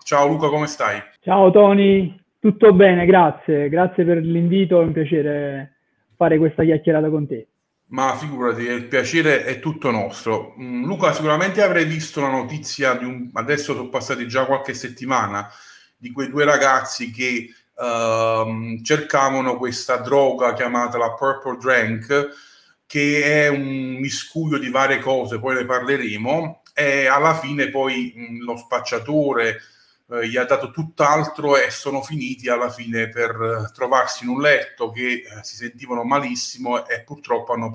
Ciao Luca, come stai? Ciao Tony, tutto bene, grazie. Grazie per l'invito, è un piacere fare questa chiacchierata con te. Ma figurati, il piacere è tutto nostro. Luca, sicuramente avrei visto la notizia adesso sono passati già qualche settimana, di quei due ragazzi che cercavano questa droga chiamata la Purple Drank, che è un miscuglio di varie cose, poi ne parleremo, e alla fine poi lo spacciatore gli ha dato tutt'altro e sono finiti alla fine per trovarsi in un letto che si sentivano malissimo e purtroppo hanno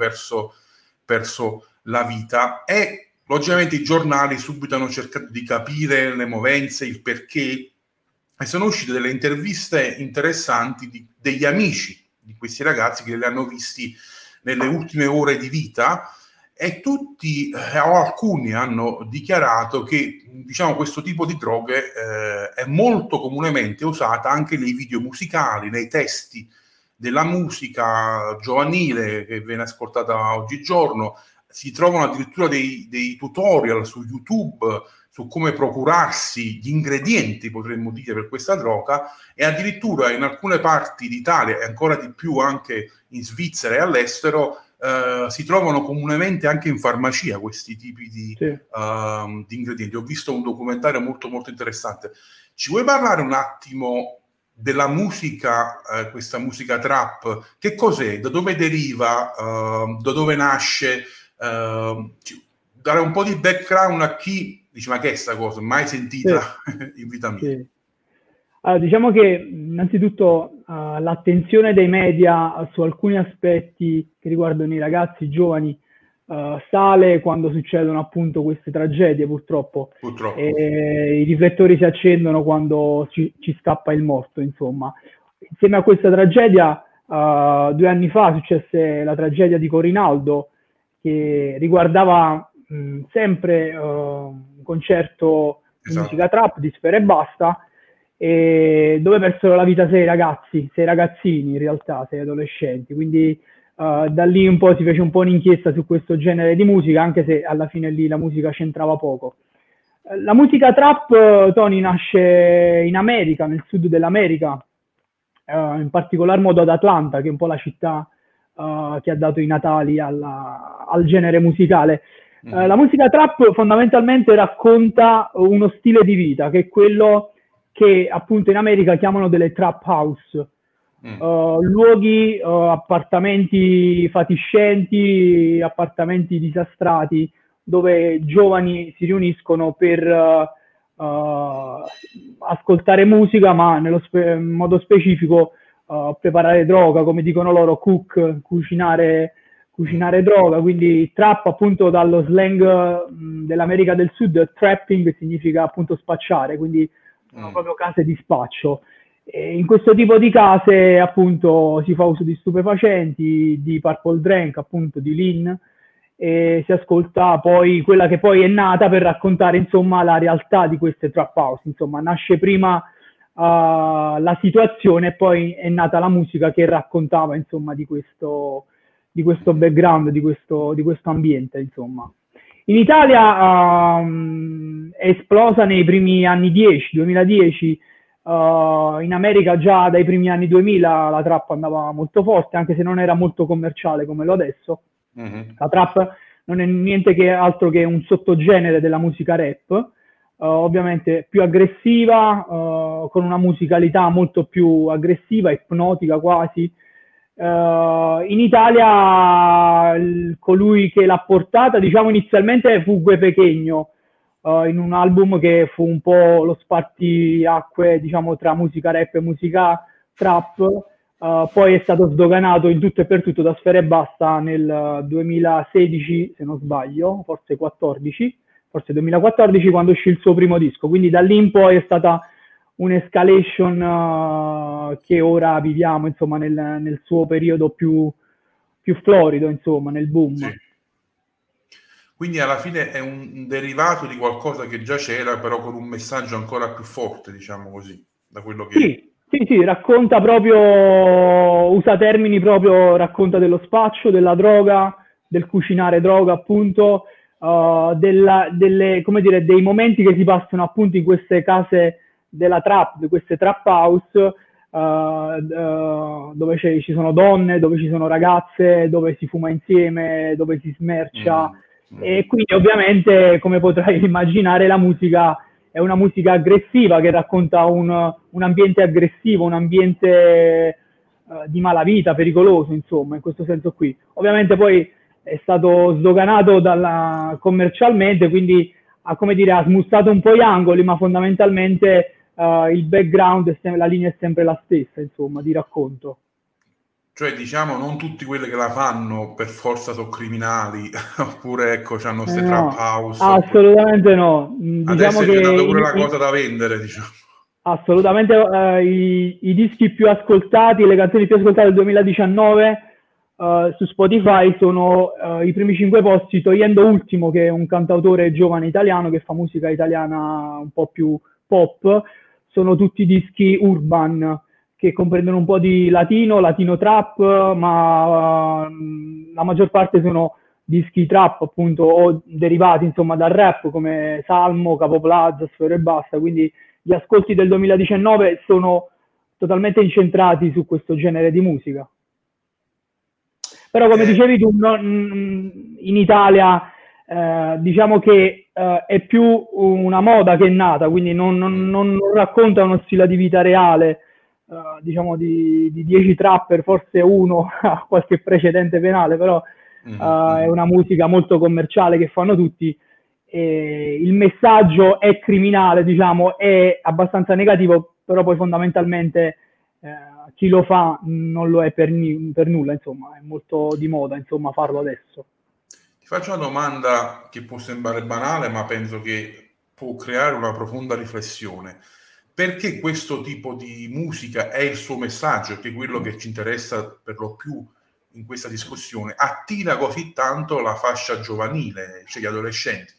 perso la vita. E logicamente i giornali subito hanno cercato di capire le movenze, il perché, e sono uscite delle interviste interessanti degli amici di questi ragazzi che li hanno visti nelle ultime ore di vita, e tutti o alcuni hanno dichiarato che diciamo questo tipo di droghe è molto comunemente usata anche nei video musicali, nei testi della musica giovanile che viene ascoltata oggigiorno. Si trovano addirittura dei tutorial su YouTube su come procurarsi gli ingredienti, potremmo dire, per questa droga, e addirittura in alcune parti d'Italia e ancora di più anche in Svizzera e all'estero si trovano comunemente anche in farmacia questi tipi di ingredienti. Ho visto un documentario molto molto interessante. Ci vuoi parlare un attimo della musica, questa musica trap? Che cos'è? Da dove deriva? Da dove nasce? Dare un po' di background a chi dice ma che è sta cosa? Mai sentita in vita mia. Sì. Allora, diciamo che innanzitutto l'attenzione dei media su alcuni aspetti che riguardano i ragazzi giovani sale quando succedono appunto queste tragedie, purtroppo. E i riflettori si accendono quando ci scappa il morto, insomma. Insieme a questa tragedia, 2 anni fa successe la tragedia di Corinaldo, che riguardava sempre un concerto di musica trap di Sfera Ebbasta, dove persero la vita 6 ragazzini in realtà, 6 adolescenti, quindi da lì un po' si fece un po' un'inchiesta su questo genere di musica, anche se alla fine lì la musica c'entrava poco. La musica trap, Tony, nasce in America, nel sud dell'America, in particolar modo ad Atlanta, che è un po' la città che ha dato i natali al genere musicale. La musica trap fondamentalmente racconta uno stile di vita, che è quello che appunto in America chiamano delle trap house, luoghi, appartamenti fatiscenti, appartamenti disastrati, dove giovani si riuniscono per ascoltare musica, ma in modo specifico preparare droga, come dicono loro, cucinare droga. Quindi trap, appunto, dallo slang dell'America del Sud, trapping significa appunto spacciare, quindi sono proprio case di spaccio. E in questo tipo di case appunto si fa uso di stupefacenti, di Purple Drank, appunto di Lean, e si ascolta poi quella che poi è nata per raccontare insomma la realtà di queste trap house. Insomma, nasce prima la situazione e poi è nata la musica che raccontava insomma di questo background, di questo ambiente, insomma. In Italia è esplosa nei primi anni 2010, in America già dai primi anni 2000 la trap andava molto forte, anche se non era molto commerciale come lo adesso. La trap non è niente che altro che un sottogenere della musica rap, ovviamente più aggressiva, con una musicalità molto più aggressiva, ipnotica quasi. In Italia colui che l'ha portata, diciamo, inizialmente fu Gue Pequeno, in un album che fu un po' lo spartiacque, diciamo, tra musica rap e musica trap. Poi è stato sdoganato in tutto e per tutto da Sfera Ebbasta nel 2016, se non sbaglio, forse 2014, quando uscì il suo primo disco. Quindi da lì in poi è stata un'escalation che ora viviamo, insomma, nel suo periodo più florido, insomma, nel boom. Sì. Quindi alla fine è un derivato di qualcosa che già c'era, però con un messaggio ancora più forte, diciamo così, da quello che... Sì, racconta proprio, usa termini proprio, racconta dello spaccio, della droga, del cucinare droga, appunto, come dire, dei momenti che si passano appunto in queste case della trap, di queste trap house, dove ci sono donne, dove ci sono ragazze, dove si fuma insieme, dove si smercia. E quindi ovviamente, come potrai immaginare, la musica è una musica aggressiva che racconta un ambiente aggressivo, un ambiente di malavita, pericoloso, insomma, in questo senso qui. Ovviamente poi è stato sdoganato commercialmente, quindi come dire, ha smussato un po' gli angoli, ma fondamentalmente il background, la linea è sempre la stessa, insomma, di racconto. Cioè, diciamo, non tutti quelli che la fanno per forza sono criminali, oppure, ecco, hanno queste trap house. Assolutamente no. Adesso Diciamo è che diventata pure una cosa da vendere, diciamo. Assolutamente, i dischi più ascoltati, le canzoni più ascoltate del 2019 su Spotify sono i primi 5 posti, togliendo Ultimo, che è un cantautore giovane italiano che fa musica italiana un po' più pop, sono tutti dischi urban che comprendono un po' di latino trap, ma la maggior parte sono dischi trap, appunto, o derivati insomma dal rap, come Salmo, Capo Plaza, Sfera Ebbasta, quindi gli ascolti del 2019 sono totalmente incentrati su questo genere di musica. Però come dicevi tu, in Italia diciamo che è più una moda che è nata, quindi non racconta uno stile di vita reale. Diciamo di 10 trapper, forse uno ha qualche precedente penale, però è una musica molto commerciale che fanno tutti. Il messaggio è criminale, diciamo, è abbastanza negativo, però poi fondamentalmente chi lo fa non lo è per nulla, insomma, è molto di moda, insomma, farlo adesso. Ti faccio una domanda che può sembrare banale, ma penso che può creare una profonda riflessione. Perché questo tipo di musica è il suo messaggio, che è quello che ci interessa per lo più in questa discussione, attira così tanto la fascia giovanile, cioè gli adolescenti?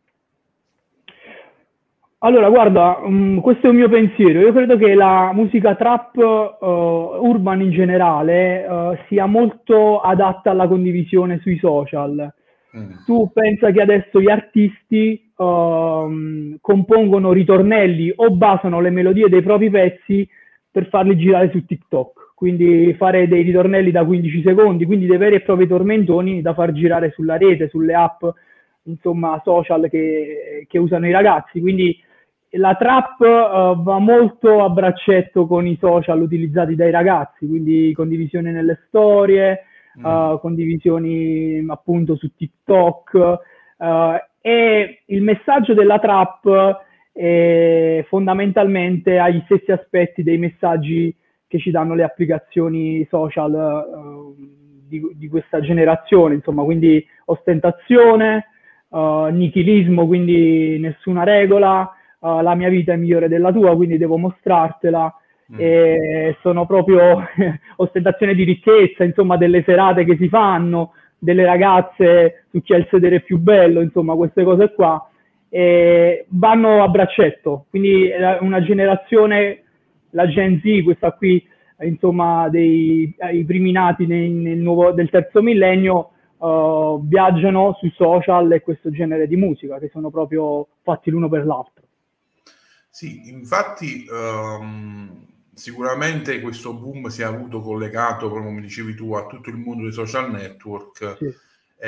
Allora, guarda, questo è un mio pensiero. Io credo che la musica trap urban in generale sia molto adatta alla condivisione sui social. Tu pensa che adesso gli artisti compongono ritornelli o basano le melodie dei propri pezzi per farli girare su TikTok, quindi fare dei ritornelli da 15 secondi, quindi dei veri e propri tormentoni da far girare sulla rete, sulle app, insomma, social che usano i ragazzi. Quindi la trap va molto a braccetto con i social utilizzati dai ragazzi, quindi condivisioni nelle storie, condivisioni appunto su TikTok, e il messaggio della trap fondamentalmente ha gli stessi aspetti dei messaggi che ci danno le applicazioni social di questa generazione, insomma, quindi ostentazione, nichilismo, quindi nessuna regola, la mia vita è migliore della tua, quindi devo mostrartela. E sono proprio ostentazione di ricchezza, insomma, delle serate che si fanno, delle ragazze su chi ha il sedere più bello, insomma, queste cose qua vanno a braccetto. Quindi una generazione, la Gen Z, questa qui, insomma, i primi nati del terzo millennio, viaggiano sui social e questo genere di musica, che sono proprio fatti l'uno per l'altro. Sì, infatti sicuramente questo boom si è avuto collegato, come dicevi tu, a tutto il mondo dei social network. Sì.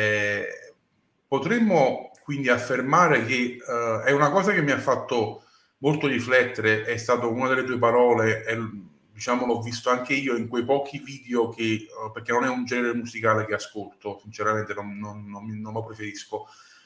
Potremmo quindi affermare che è una cosa che mi ha fatto molto riflettere, è stata una delle tue parole, e, diciamo, l'ho visto anche io in quei pochi video che, perché non è un genere musicale che ascolto, sinceramente non lo preferisco,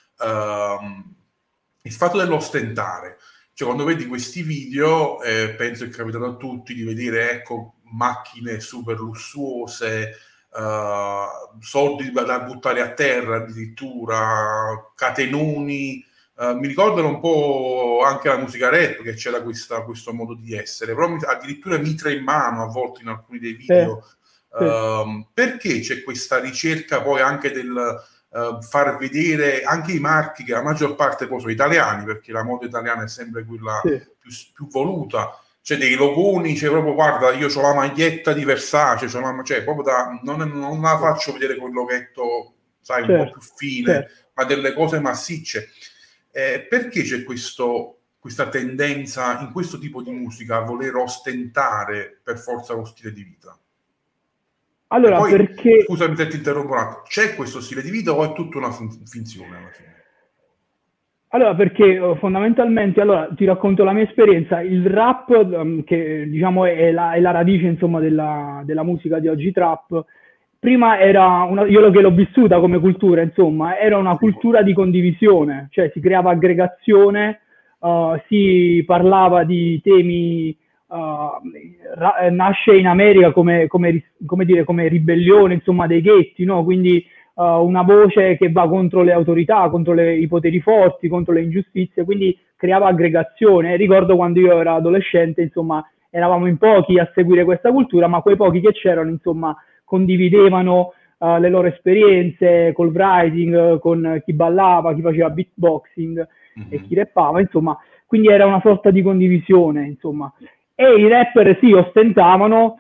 il fatto dell'ostentare. Cioè, quando vedi questi video, penso che è capitato a tutti di vedere, ecco, macchine super lussuose, soldi da buttare a terra addirittura, catenoni. Mi ricordano un po' anche la musica rap, che c'era questo modo di essere, però addirittura mitra in mano a volte in alcuni dei video. Perché c'è questa ricerca poi anche del far vedere anche i marchi, che la maggior parte poi sono italiani, perché la moda italiana è sempre quella più voluta. C'è dei logoni, c'è proprio, guarda, io ho la maglietta di Versace, cioè proprio non la faccio vedere quel loghetto, sai, un po' più fine, ma delle cose massicce. Perché c'è questo questa tendenza in questo tipo di musica a voler ostentare per forza lo stile di vita? Allora, poi, perché... Scusami se ti interrompo un attimo, c'è questo stile di vita o è tutta una finzione alla fine? Allora, perché fondamentalmente, allora ti racconto la mia esperienza, il rap, che diciamo è la radice insomma della musica di oggi trap, prima era io che l'ho vissuta come cultura, insomma, era una cultura di condivisione, cioè si creava aggregazione, si parlava di temi, nasce in America come dire, come ribellione, insomma, dei ghetti, no? Quindi una voce che va contro le autorità, contro i poteri forti, contro le ingiustizie, quindi creava aggregazione. Ricordo quando io ero adolescente, insomma, eravamo in pochi a seguire questa cultura, ma quei pochi che c'erano, insomma, condividevano le loro esperienze col writing, con chi ballava, chi faceva beatboxing e chi rappava, insomma, quindi era una sorta di condivisione, insomma. E i rapper sì, ostentavano,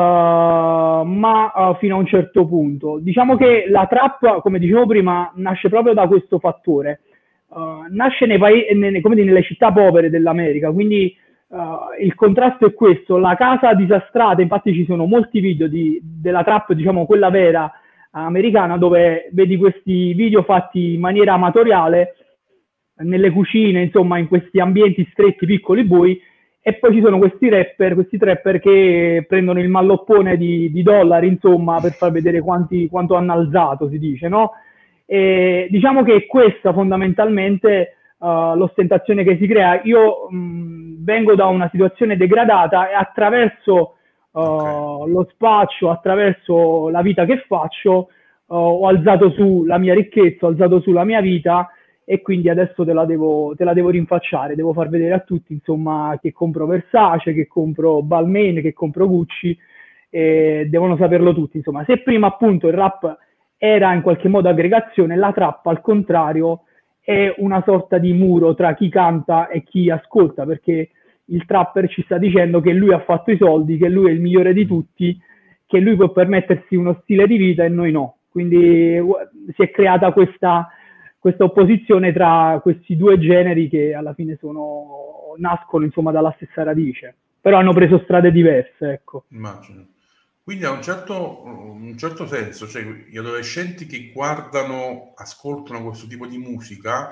ma fino a un certo punto. Diciamo che la trap, come dicevo prima, nasce proprio da questo fattore. Nasce come dire, nelle città povere dell'America, quindi il contrasto è questo, la casa disastrata, infatti ci sono molti video della trap, diciamo quella vera americana, dove vedi questi video fatti in maniera amatoriale, nelle cucine, insomma, in questi ambienti stretti, piccoli, bui, e poi ci sono questi trapper che prendono il malloppone di dollari, insomma, per far vedere quanto hanno alzato, si dice, no? E diciamo che questa fondamentalmente l'ostentazione che si crea. Io vengo da una situazione degradata e attraverso lo spaccio, attraverso la vita che faccio, ho alzato su la mia ricchezza, ho alzato su la mia vita e quindi adesso te la devo rinfacciare, devo far vedere a tutti, insomma, che compro Versace, che compro Balmain, che compro Gucci, e devono saperlo tutti, insomma. Se prima appunto il rap era in qualche modo aggregazione, la trap al contrario è una sorta di muro tra chi canta e chi ascolta, perché il trapper ci sta dicendo che lui ha fatto i soldi, che lui è il migliore di tutti, che lui può permettersi uno stile di vita e noi no. Quindi si è creata questa opposizione tra questi due generi che alla fine nascono insomma dalla stessa radice, però hanno preso strade diverse, ecco. Immagino. Quindi a un certo senso, cioè gli adolescenti che ascoltano questo tipo di musica,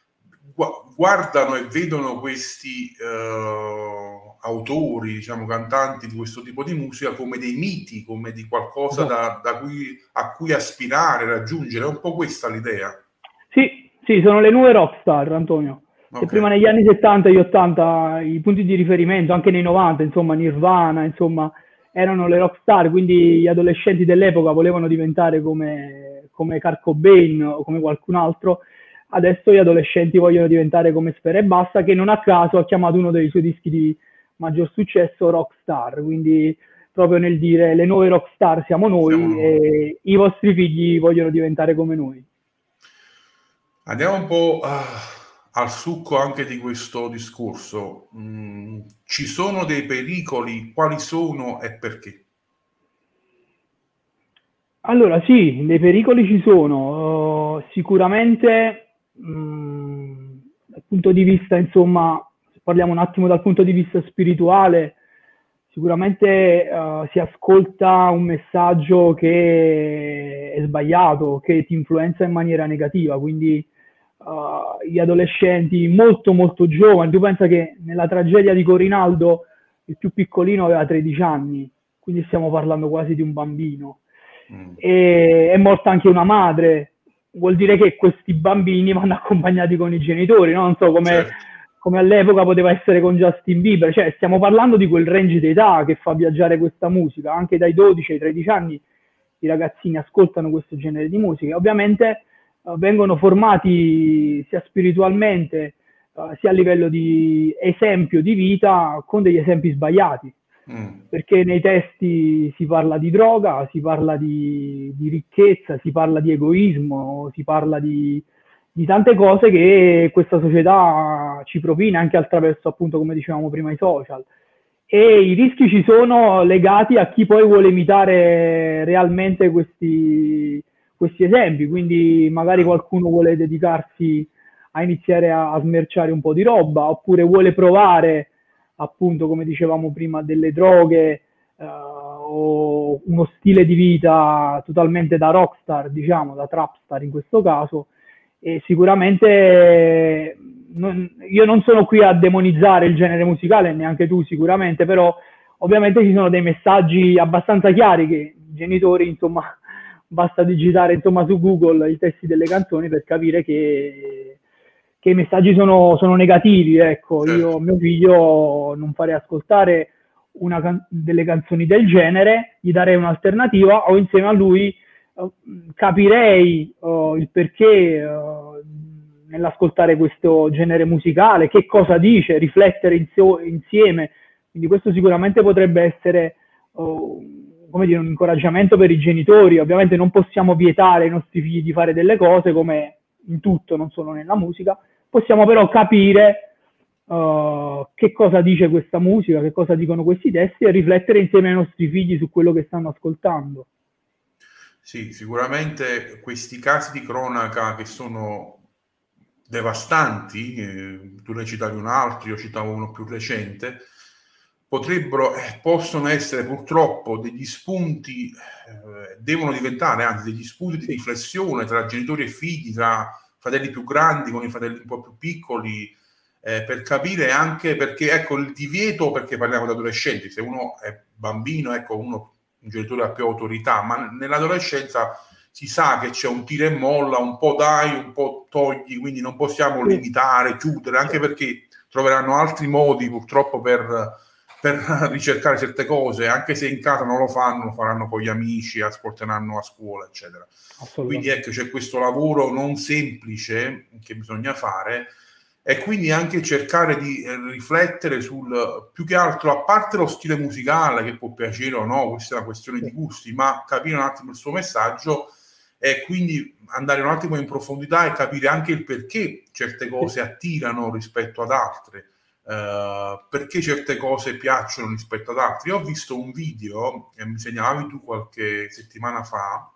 guardano e vedono questi autori, diciamo, cantanti di questo tipo di musica come dei miti, come di qualcosa a cui aspirare, raggiungere. È un po' questa l'idea. Sì, sono le nuove rockstar, Antonio. Okay. Prima negli anni 70 e 80 i punti di riferimento, anche nei 90, insomma, Nirvana, insomma, erano le rockstar, quindi gli adolescenti dell'epoca volevano diventare come Kurt Cobain o come qualcun altro. Adesso gli adolescenti vogliono diventare come Sfera Ebbasta, che non a caso ha chiamato uno dei suoi dischi di maggior successo Rockstar, quindi proprio nel dire le nuove rockstar siamo noi e i vostri figli vogliono diventare come noi. Andiamo un po' al succo anche di questo discorso. Ci sono dei pericoli? Quali sono e perché? Allora sì, dei pericoli ci sono. Sicuramente dal punto di vista, insomma, se parliamo un attimo dal punto di vista spirituale, sicuramente si ascolta un messaggio che è sbagliato, che ti influenza in maniera negativa, quindi gli adolescenti molto molto giovani, tu pensa che nella tragedia di Corinaldo il più piccolino aveva 13 anni, quindi stiamo parlando quasi di un bambino, e è morta anche una madre, vuol dire che questi bambini vanno accompagnati con i genitori, no? Non so come all'epoca poteva essere con Justin Bieber, cioè stiamo parlando di quel range d'età che fa viaggiare questa musica, anche dai 12 ai 13 anni i ragazzini ascoltano questo genere di musica, ovviamente vengono formati sia spiritualmente sia a livello di esempio di vita con degli esempi sbagliati, perché nei testi si parla di droga, si parla di ricchezza, si parla di egoismo, si parla di tante cose che questa società ci propina anche attraverso, appunto, come dicevamo prima, i social. E i rischi ci sono legati a chi poi vuole imitare realmente questi esempi, quindi magari qualcuno vuole dedicarsi a iniziare a smerciare un po' di roba, oppure vuole provare, appunto, come dicevamo prima, delle droghe o uno stile di vita totalmente da rockstar, diciamo, da trapstar in questo caso, e sicuramente io non sono qui a demonizzare il genere musicale, neanche tu sicuramente, però ovviamente ci sono dei messaggi abbastanza chiari che i genitori, insomma, basta digitare, insomma, su Google i testi delle canzoni per capire che i messaggi sono negativi, ecco. Io a mio figlio non farei ascoltare delle canzoni del genere, gli darei un'alternativa, o insieme a lui capirei il perché nell'ascoltare questo genere musicale, che cosa dice, riflettere insieme. Quindi questo sicuramente potrebbe essere come dire, un incoraggiamento per i genitori. Ovviamente non possiamo vietare ai nostri figli di fare delle cose, come in tutto, non solo nella musica. Possiamo però capire che cosa dice questa musica, che cosa dicono questi testi, e riflettere insieme ai nostri figli su quello che stanno ascoltando. Sì, sicuramente questi casi di cronaca che sono devastanti, tu ne citavi un altro, io citavo uno più recente, possono essere purtroppo degli spunti, devono diventare anzi degli spunti di riflessione tra genitori e figli, tra fratelli più grandi con i fratelli un po' più piccoli, per capire anche perché, ecco, il divieto, perché parliamo di adolescenti, se uno è bambino, ecco, un genitore ha più autorità, ma nell'adolescenza si sa che c'è un tira e molla, un po' dai, un po' togli, quindi non possiamo limitare, chiudere, anche perché troveranno altri modi purtroppo per ricercare certe cose, anche se in casa non lo fanno, lo faranno con gli amici, ascolteranno a scuola, eccetera. Quindi ecco, c'è questo lavoro non semplice che bisogna fare, e quindi anche cercare di riflettere sul, più che altro, a parte lo stile musicale che può piacere o no, questa è una questione di gusti, ma capire un attimo il suo messaggio e quindi andare un attimo in profondità e capire anche il perché certe cose attirano rispetto ad altre, perché certe cose piacciono rispetto ad altre. Io ho visto un video, che mi segnalavi tu qualche settimana fa,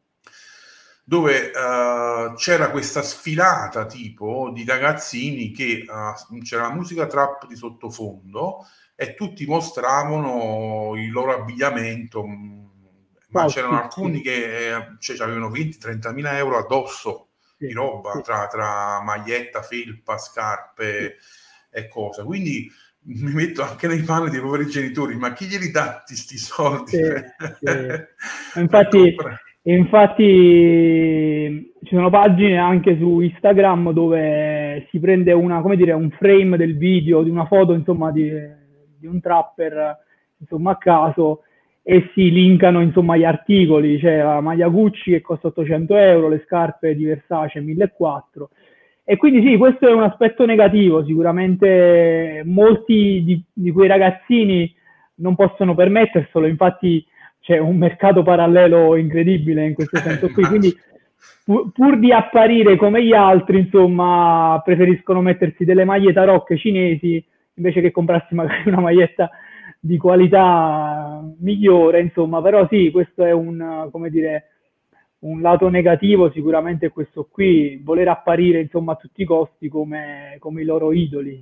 dove c'era questa sfilata tipo di ragazzini che c'era la musica trap di sottofondo e tutti mostravano il loro abbigliamento, ma c'erano alcuni che avevano 20-30 mila euro addosso di roba, tra maglietta, felpa, scarpe e cosa. Quindi mi metto anche nei panni dei poveri genitori, ma chi glieli dà sti soldi? Infatti ci sono pagine anche su Instagram dove si prende un frame del video, di una foto, insomma, di un trapper, insomma, a caso, e si linkano, insomma, gli articoli. C'è la maglia Gucci che costa 800 euro, le scarpe di Versace 1400. E quindi sì, questo è un aspetto negativo. Sicuramente molti di quei ragazzini non possono permetterselo, infatti c'è un mercato parallelo incredibile in questo senso qui, quindi pur di apparire come gli altri, insomma, preferiscono mettersi delle maglie tarocche cinesi invece che comprarsi magari una maglietta di qualità migliore, insomma. Però sì, questo è un lato negativo, sicuramente, questo qui, voler apparire, insomma, a tutti i costi come i loro idoli.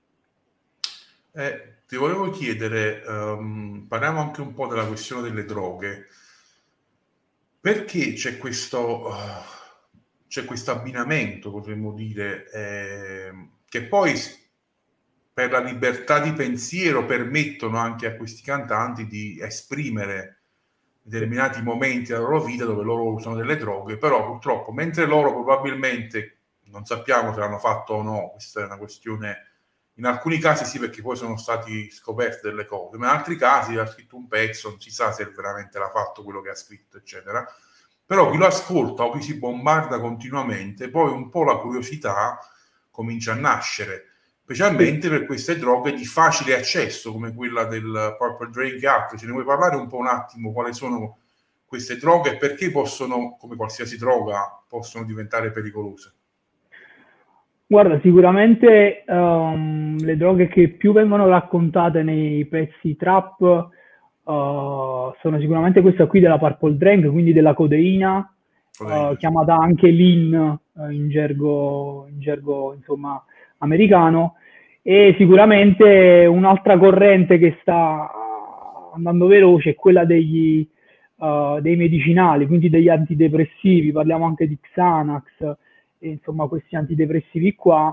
Ti volevo chiedere, parliamo anche un po' della questione delle droghe. Perché c'è questo abbinamento, potremmo dire, che poi per la libertà di pensiero permettono anche a questi cantanti di esprimere determinati momenti della loro vita dove loro usano delle droghe, però purtroppo, mentre loro probabilmente, non sappiamo se l'hanno fatto o no, questa è una questione. In alcuni casi sì, perché poi sono stati scoperte delle cose, ma in altri casi ha scritto un pezzo, non si sa se veramente l'ha fatto quello che ha scritto, eccetera. Però chi lo ascolta o chi si bombarda continuamente, poi un po' la curiosità comincia a nascere, specialmente per queste droghe di facile accesso, come quella del Purple Drink e altre. Ce ne vuoi parlare un po' un attimo quali sono queste droghe e perché possono, come qualsiasi droga, possono diventare pericolose? Guarda, sicuramente le droghe che più vengono raccontate nei pezzi trap sono sicuramente questa qui della Purple Drank, quindi della codeina, chiamata anche lean in gergo insomma americano. E sicuramente un'altra corrente che sta andando veloce è quella dei medicinali, quindi degli antidepressivi. Parliamo anche di Xanax, e, insomma questi antidepressivi qua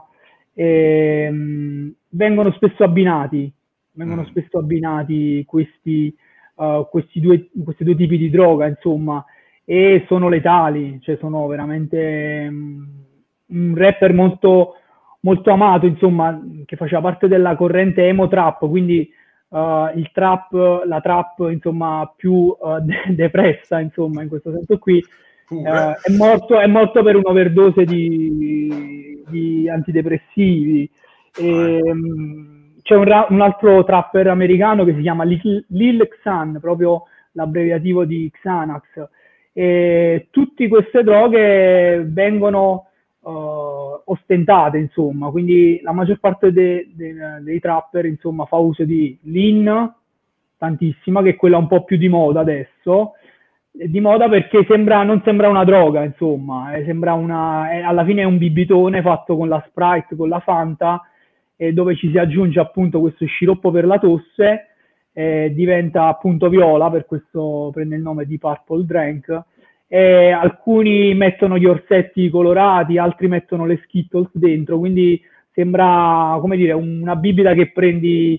vengono spesso abbinati questi due tipi di droga, insomma, e sono letali, cioè sono veramente un rapper molto, molto amato, insomma, che faceva parte della corrente emo trap, quindi la trap, insomma, più depressa, insomma, in questo senso qui. È morto per un'overdose di antidepressivi. C'è un altro trapper americano che si chiama Lil Xan, proprio l'abbreviativo di Xanax. E tutte queste droghe vengono ostentate, insomma, quindi la maggior parte dei trapper, insomma, fa uso di lean, tantissima, che è quella un po' più di moda adesso, di moda perché non sembra una droga, insomma, alla fine è un bibitone fatto con la Sprite, con la Fanta, dove ci si aggiunge appunto questo sciroppo per la tosse, diventa appunto viola, per questo prende il nome di Purple Drank. Alcuni mettono gli orsetti colorati, altri mettono le Skittles dentro, quindi sembra, come dire, una bibita che prendi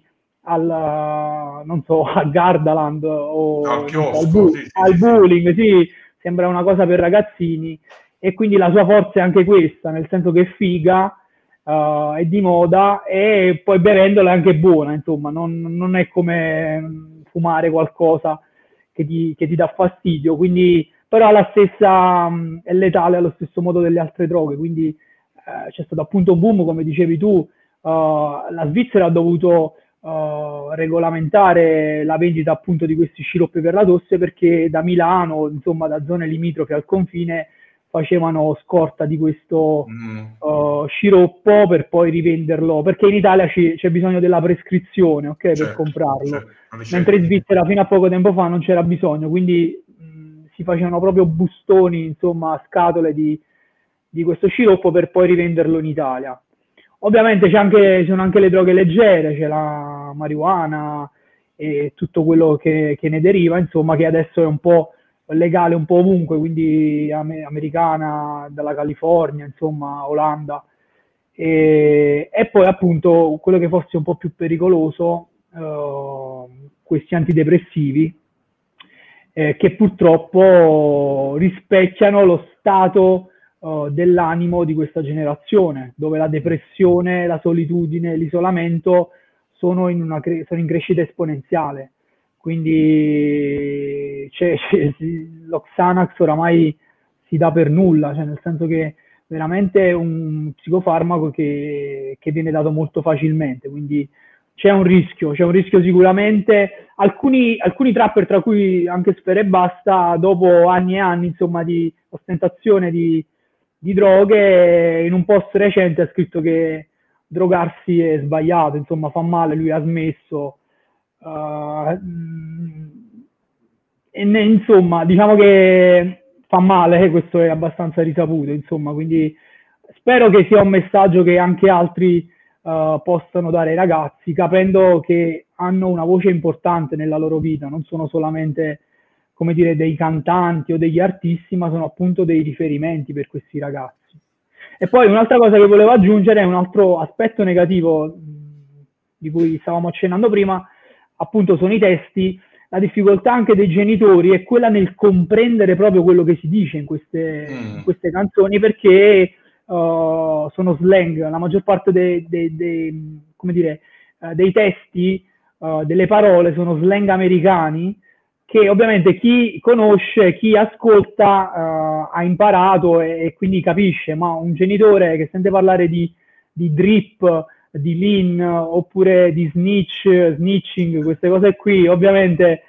non so, a Gardaland o al chiosco, al bowling, sì, sembra una cosa per ragazzini, e quindi la sua forza è anche questa, nel senso che è figa, è di moda, e poi bevendola è anche buona, insomma, non è come fumare qualcosa che ti dà fastidio, quindi però è letale allo stesso modo delle altre droghe, quindi c'è stato appunto un boom, come dicevi tu, la Svizzera ha dovuto regolamentare la vendita appunto di questi sciroppi per la tosse, perché da Milano, insomma da zone limitrofe al confine, facevano scorta di questo sciroppo per poi rivenderlo, perché in Italia c'è bisogno della prescrizione, ok, per comprarlo, mentre in Svizzera fino a poco tempo fa non c'era bisogno, quindi si facevano proprio bustoni, insomma, scatole di questo sciroppo per poi rivenderlo in Italia. Ovviamente ci sono anche le droghe leggere, c'è la marijuana e tutto quello che ne deriva, insomma, che adesso è un po' legale un po' ovunque, quindi americana, dalla California, insomma, Olanda. E poi appunto quello che forse è un po' più pericoloso, questi antidepressivi, che purtroppo rispecchiano lo stato dell'animo di questa generazione, dove la depressione, la solitudine, l'isolamento sono in crescita esponenziale. Quindi lo Xanax oramai si dà per nulla, cioè nel senso che veramente è un psicofarmaco che viene dato molto facilmente, quindi c'è un rischio sicuramente. Alcuni trapper, tra cui anche Sfera Ebbasta, dopo anni e anni, insomma, di ostentazione di droghe, in un post recente ha scritto che drogarsi è sbagliato, insomma fa male, lui ha smesso. Insomma, diciamo che fa male, questo è abbastanza risaputo, insomma, quindi spero che sia un messaggio che anche altri possano dare ai ragazzi, capendo che hanno una voce importante nella loro vita, non sono solamente, come dire, dei cantanti o degli artisti, ma sono appunto dei riferimenti per questi ragazzi. E poi un'altra cosa che volevo aggiungere è un altro aspetto negativo di cui stavamo accennando prima, appunto sono i testi. La difficoltà anche dei genitori è quella nel comprendere proprio quello che si dice in queste canzoni, perché sono slang. La maggior parte come dire, dei testi, delle parole sono slang americani, che ovviamente chi conosce, chi ascolta ha imparato e quindi capisce, ma un genitore che sente parlare di drip, di lean, oppure di snitching, queste cose qui, ovviamente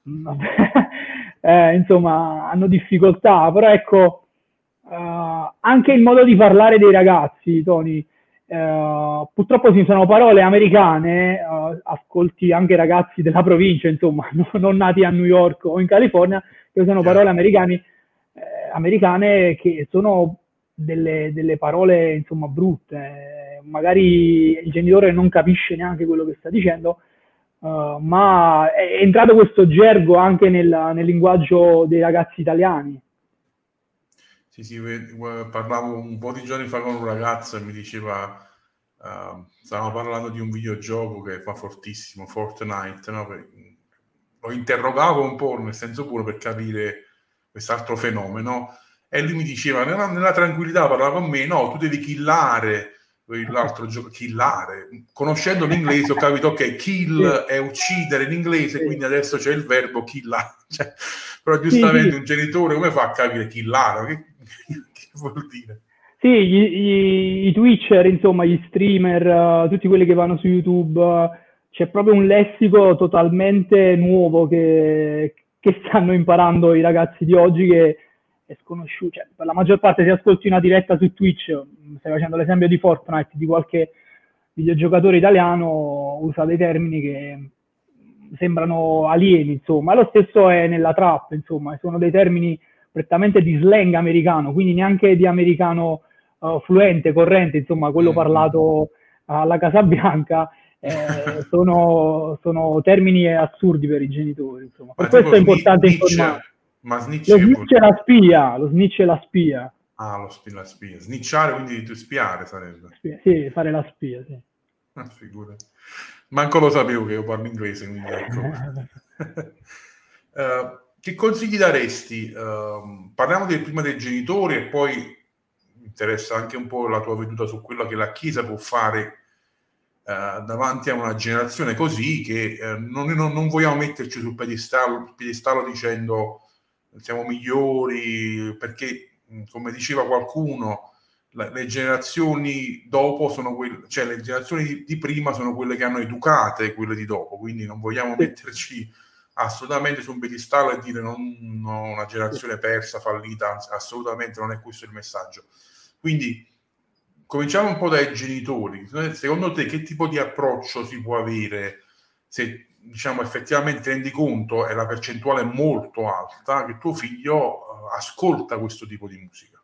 insomma hanno difficoltà, però ecco, anche il modo di parlare dei ragazzi, Tony, purtroppo ci sono parole americane, ascolti anche ragazzi della provincia, insomma, non nati a New York o in California, che usano parole americane che sono delle parole insomma brutte, magari il genitore non capisce neanche quello che sta dicendo, ma è entrato questo gergo anche nel linguaggio dei ragazzi italiani. Sì, parlavo un po' di giorni fa con un ragazzo e mi diceva, stavamo parlando di un videogioco che fa fortissimo, Fortnite, no? Lo interrogavo un po', nel senso puro, per capire quest'altro fenomeno, e lui mi diceva, nella tranquillità, parlava con me, no, tu devi killare l'altro gioco, killare. Conoscendo l'inglese ho capito, ok, kill è uccidere in inglese, quindi adesso c'è il verbo killare. Cioè, però giustamente un genitore come fa a capire killare? Che vuol dire? Sì, i Twitcher, insomma, gli streamer, tutti quelli che vanno su YouTube, c'è proprio un lessico totalmente nuovo che stanno imparando i ragazzi di oggi, che è sconosciuto. Cioè, per la maggior parte, se ascolti una diretta su Twitch, stai facendo l'esempio di Fortnite, di qualche videogiocatore italiano, usa dei termini che sembrano alieni, insomma. Lo stesso è nella trap, insomma, sono dei termini prettamente di slang americano, quindi neanche di americano fluente, corrente, insomma, quello parlato alla Casa Bianca. Sono termini assurdi per i genitori, insomma. Per questo è importante informare. Ma snitch lo snitch è la spia, lo snitch è la spia. Ah, la spia. Snitchare, quindi spiare sarebbe. Sì, fare la spia, sì. Figura. Manco lo sapevo che io parlo inglese, quindi ecco. Che consigli daresti? Parliamo prima dei genitori, e poi mi interessa anche un po' la tua veduta su quello che la Chiesa può fare davanti a una generazione così, che non vogliamo metterci sul piedistallo dicendo siamo migliori, perché come diceva qualcuno, le generazioni dopo sono quelle, cioè le generazioni di prima sono quelle che hanno educate quelle di dopo, quindi non vogliamo metterci assolutamente su un piedistallo e dire una generazione persa, fallita, anzi, assolutamente non è questo il messaggio. Quindi cominciamo un po' dai genitori. Secondo te che tipo di approccio si può avere se, diciamo, effettivamente rendi conto, e la percentuale è molto alta, che tuo figlio ascolta questo tipo di musica?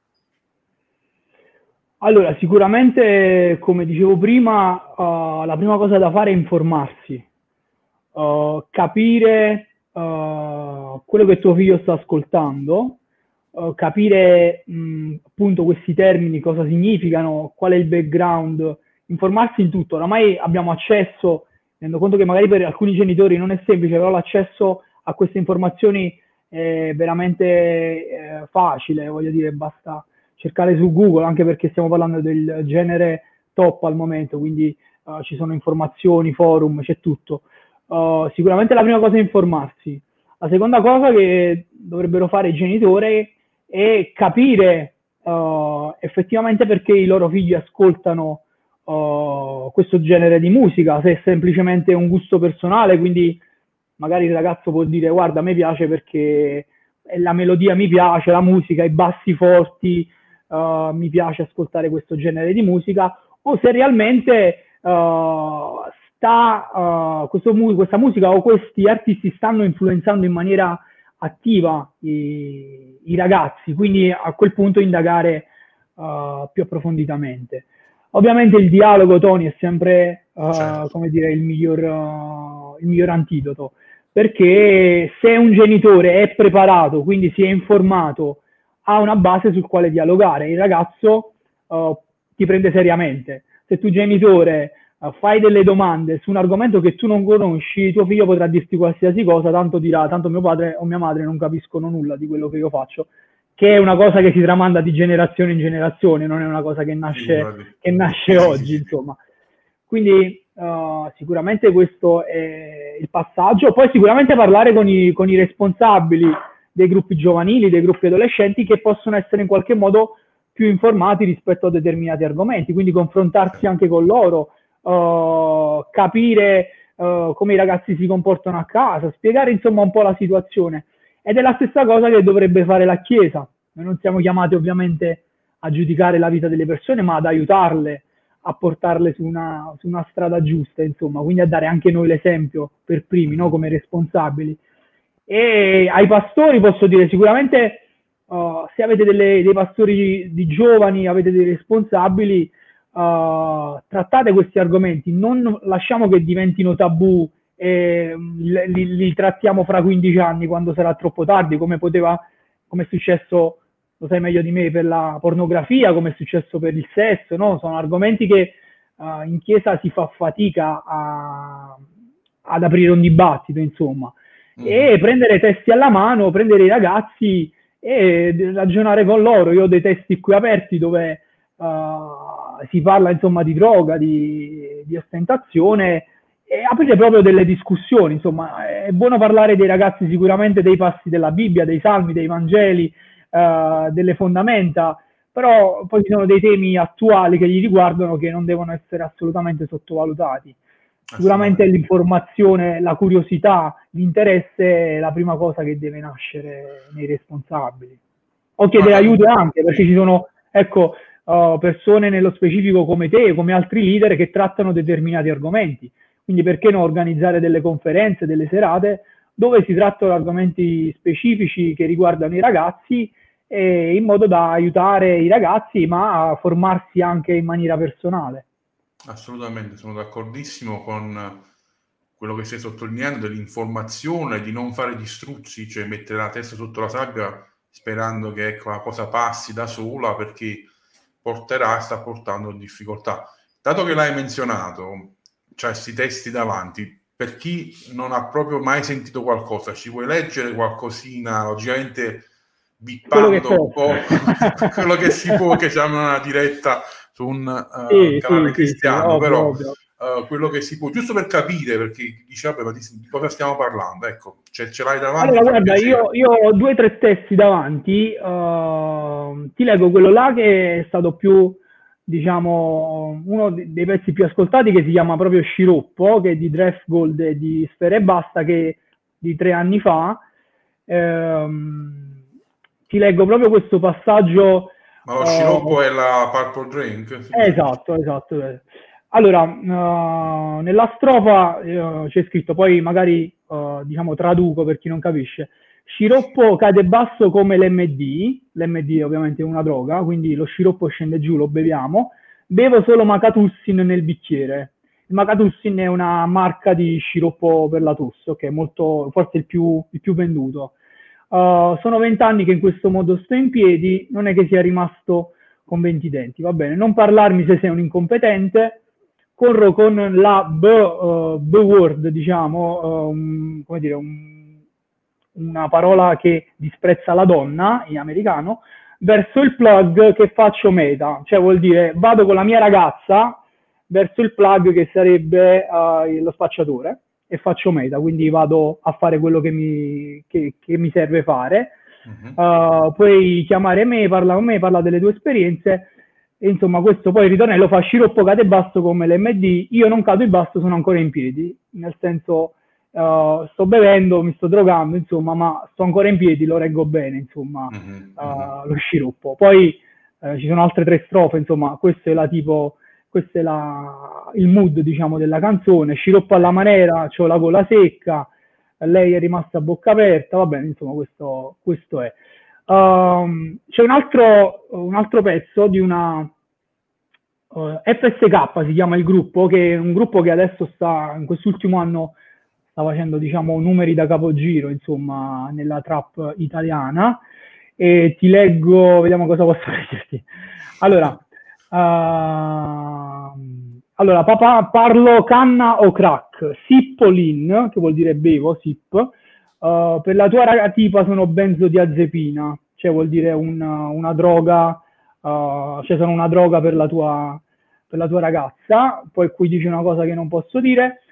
Allora, sicuramente, come dicevo prima, la prima cosa da fare è informarsi, capire quello che tuo figlio sta ascoltando, capire appunto questi termini, cosa significano, qual è il background, informarsi in tutto. Oramai abbiamo accesso, tenendo conto che magari per alcuni genitori non è semplice, però l'accesso a queste informazioni è veramente facile, voglio dire, basta cercare su Google, anche perché stiamo parlando del genere top al momento, quindi ci sono informazioni, forum, c'è tutto. Sicuramente la prima cosa è informarsi. La seconda cosa che dovrebbero fare i genitori è capire effettivamente perché i loro figli ascoltano questo genere di musica, se è semplicemente un gusto personale, quindi magari il ragazzo può dire guarda, a me piace perché la melodia mi piace, la musica, i bassi forti, mi piace ascoltare questo genere di musica, o se realmente questa musica o questi artisti stanno influenzando in maniera attiva i ragazzi, quindi a quel punto indagare più approfonditamente. Ovviamente il dialogo, Tony, è sempre come dire, il miglior antidoto, perché se un genitore è preparato, quindi si è informato, ha una base sul quale dialogare, il ragazzo ti prende seriamente. Se tu genitore fai delle domande su un argomento che tu non conosci, tuo figlio potrà dirti qualsiasi cosa, tanto dirà, tanto mio padre o mia madre non capiscono nulla di quello che io faccio, che è una cosa che si tramanda di generazione in generazione, non è una cosa che nasce oggi, insomma. Quindi sicuramente questo è il passaggio. Poi sicuramente parlare con i responsabili dei gruppi giovanili, dei gruppi adolescenti, che possono essere in qualche modo più informati rispetto a determinati argomenti, quindi confrontarsi anche con loro, capire come i ragazzi si comportano a casa, spiegare insomma un po' la situazione. Ed è la stessa cosa che dovrebbe fare la Chiesa. Noi non siamo chiamati ovviamente a giudicare la vita delle persone, ma ad aiutarle, a portarle su una strada giusta, insomma, quindi a dare anche noi l'esempio per primi, no? Come responsabili. E ai pastori posso dire sicuramente se avete dei pastori di giovani, avete dei responsabili, trattate questi argomenti, non lasciamo che diventino tabù e li trattiamo fra 15 anni quando sarà troppo tardi, come è successo, lo sai meglio di me, per la pornografia, come è successo per il sesso, no? Sono argomenti che in chiesa si fa fatica ad aprire un dibattito, insomma, e prendere testi alla mano, prendere i ragazzi e ragionare con loro. Io ho dei testi qui aperti dove si parla insomma di droga, di ostentazione, e aprire proprio delle discussioni. Insomma, è buono parlare dei ragazzi sicuramente dei passi della Bibbia, dei salmi, dei Vangeli, delle fondamenta, però poi ci sono dei temi attuali che gli riguardano che non devono essere assolutamente sottovalutati. Sicuramente l'informazione, la curiosità, l'interesse è la prima cosa che deve nascere nei responsabili. O chiedere aiuto anche, perché ci sono, ecco, persone nello specifico come te, come altri leader che trattano determinati argomenti. Quindi perché non organizzare delle conferenze, delle serate dove si trattano argomenti specifici che riguardano i ragazzi, in modo da aiutare i ragazzi, ma a formarsi anche in maniera personale. Assolutamente, sono d'accordissimo con quello che stai sottolineando dell'informazione, di non fare gli struzzi, cioè mettere la testa sotto la sabbia sperando che ecco, la cosa passi da sola, perché sta portando difficoltà. Dato che l'hai menzionato, cioè questi testi davanti, per chi non ha proprio mai sentito qualcosa, ci puoi leggere qualcosina, logicamente bippando un po' quello che si può, che c'è una diretta su un canale cristiano, però quello che si può, giusto per capire, perché dice vabbè, ma di cosa stiamo parlando, ecco, ce l'hai davanti. Allora guarda, io ho 2 o 3 testi davanti, ti leggo quello là che è stato più, diciamo, uno dei pezzi più ascoltati, che si chiama proprio Sciroppo, che è di Drefgold e di Sfera Ebbasta, che di 3 anni fa. Ti leggo proprio questo passaggio. Ma lo sciroppo è la Purple Drink? Esatto. Allora, nella strofa c'è scritto, poi magari diciamo traduco per chi non capisce: sciroppo cade basso come l'MD ovviamente è una droga, quindi lo sciroppo scende giù, lo beviamo, bevo solo Macatussin nel bicchiere. Il Macatussin è una marca di sciroppo per la tosse, che è molto, forse il più venduto. Sono 20 anni che in questo modo sto in piedi, non è che sia rimasto con 20 denti, va bene, non parlarmi se sei un incompetente, corro con la B-word, diciamo, come dire, una parola che disprezza la donna in americano, verso il plug che faccio meta, cioè vuol dire vado con la mia ragazza verso il plug che sarebbe lo spacciatore, e faccio meta, quindi vado a fare quello che mi serve fare. Puoi chiamare me, parla con me, parla delle tue esperienze, e insomma questo poi il ritornello fa: sciroppo cade basso come l'MD, io non cado in basso, sono ancora in piedi, nel senso sto bevendo, mi sto drogando, insomma, ma sto ancora in piedi, lo reggo bene, insomma, lo sciroppo. Poi ci sono altre 3 strofe, insomma, questo è il mood, diciamo, della canzone. Sciroppo alla manera, c'ho la gola secca, lei è rimasta a bocca aperta, va bene, insomma, questo è. C'è un altro pezzo di una FSK, si chiama il gruppo, che è un gruppo che adesso in quest'ultimo anno sta facendo, diciamo, numeri da capogiro, insomma, nella trap italiana, e ti leggo, vediamo cosa posso leggerti. Allora, papà, parlo canna o crack, sippolin, che vuol dire bevo, sip, per la tua tipa sono benzodiazepina, cioè vuol dire una droga, cioè sono una droga per la tua ragazza. Poi qui dice una cosa che non posso dire: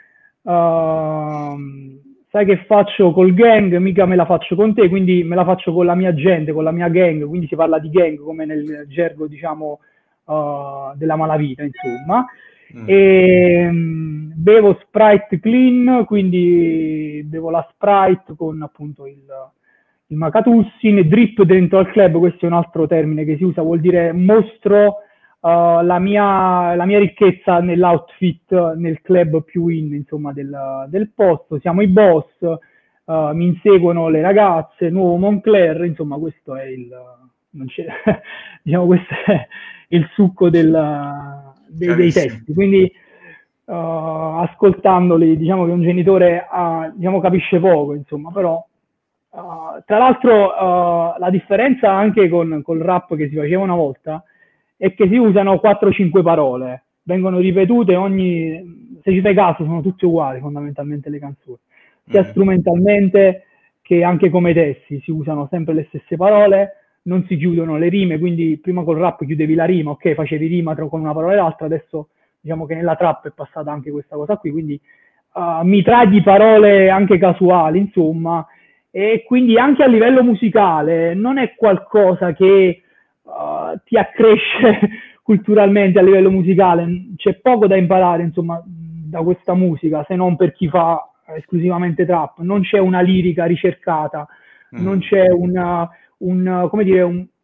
sai che faccio col gang, mica me la faccio con te, quindi me la faccio con la mia gente, con la mia gang, quindi si parla di gang come nel gergo, diciamo, della malavita, insomma. E bevo Sprite clean, quindi bevo la Sprite con appunto il Macatussin. Drip dentro al club, questo è un altro termine che si usa, vuol dire mostro la mia ricchezza nell'outfit nel club più in, insomma, del posto. Siamo i boss, mi inseguono le ragazze, nuovo Moncler, insomma questo è non c'è, diciamo, questo è il succo dei testi, quindi ascoltandoli diciamo che un genitore diciamo, capisce poco, insomma, però tra l'altro la differenza anche col rap che si faceva una volta è che si usano 4-5 parole, vengono ripetute se ci fai caso sono tutte uguali fondamentalmente le canzoni, sia strumentalmente che anche come testi si usano sempre le stesse parole, non si chiudono le rime, quindi prima col rap chiudevi la rima, ok, facevi rima con una parola e l'altra, adesso diciamo che nella trap è passata anche questa cosa qui, quindi mitragli di parole anche casuali, insomma, e quindi anche a livello musicale non è qualcosa che ti accresce culturalmente a livello musicale, c'è poco da imparare, insomma, da questa musica, se non per chi fa esclusivamente trap, non c'è una lirica ricercata, non c'è come dire,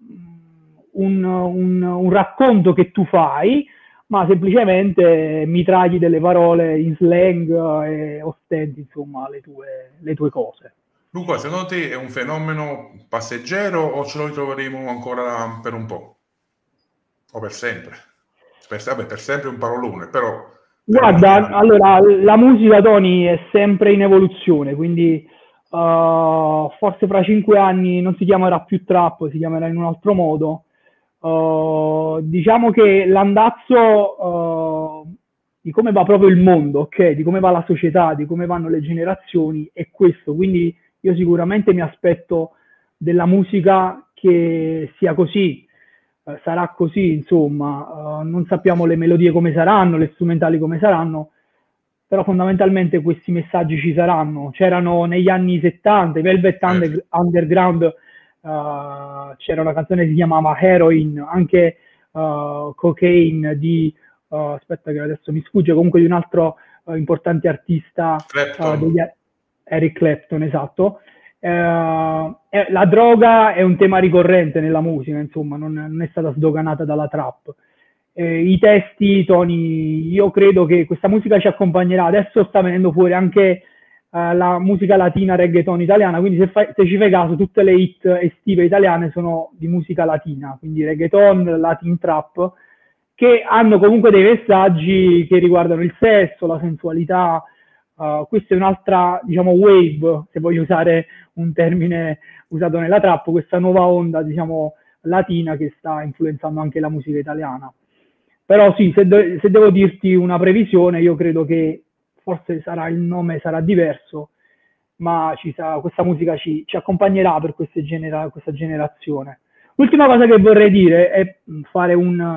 un racconto che tu fai, ma semplicemente mitragli delle parole in slang e ostenti, insomma, le tue cose. Luca, secondo te è un fenomeno passeggero o ce lo ritroveremo ancora per un po'? O per sempre? Per sempre è un parolone, però... Guarda, allora, la musica, Tony, è sempre in evoluzione, quindi forse fra 5 anni non si chiamerà più trap, si chiamerà in un altro modo. Diciamo che l'andazzo di come va proprio il mondo, ok? Di come va la società, di come vanno le generazioni, è questo. Quindi io sicuramente mi aspetto della musica che sia così, sarà così, insomma, non sappiamo le melodie come saranno, le strumentali come saranno, però fondamentalmente questi messaggi ci saranno. C'erano negli anni 70, i Velvet Underground, c'era una canzone che si chiamava Heroin, anche Cocaine di, aspetta che adesso mi sfugge, comunque di un altro importante artista, Eric Clapton, esatto. La droga è un tema ricorrente nella musica, insomma, non è stata sdoganata dalla trap. I testi, Tony, io credo che questa musica ci accompagnerà. Adesso sta venendo fuori anche la musica latina reggaeton italiana, quindi se ci fai caso tutte le hit estive italiane sono di musica latina, quindi reggaeton, latin trap, che hanno comunque dei messaggi che riguardano il sesso, la sensualità. Questa è un'altra, diciamo, wave, se voglio usare un termine usato nella trap, questa nuova onda, diciamo, latina che sta influenzando anche la musica italiana. Però sì, se devo dirti una previsione, io credo che forse il nome sarà diverso, ma questa musica ci accompagnerà per questa generazione. L'ultima cosa che vorrei dire è fare un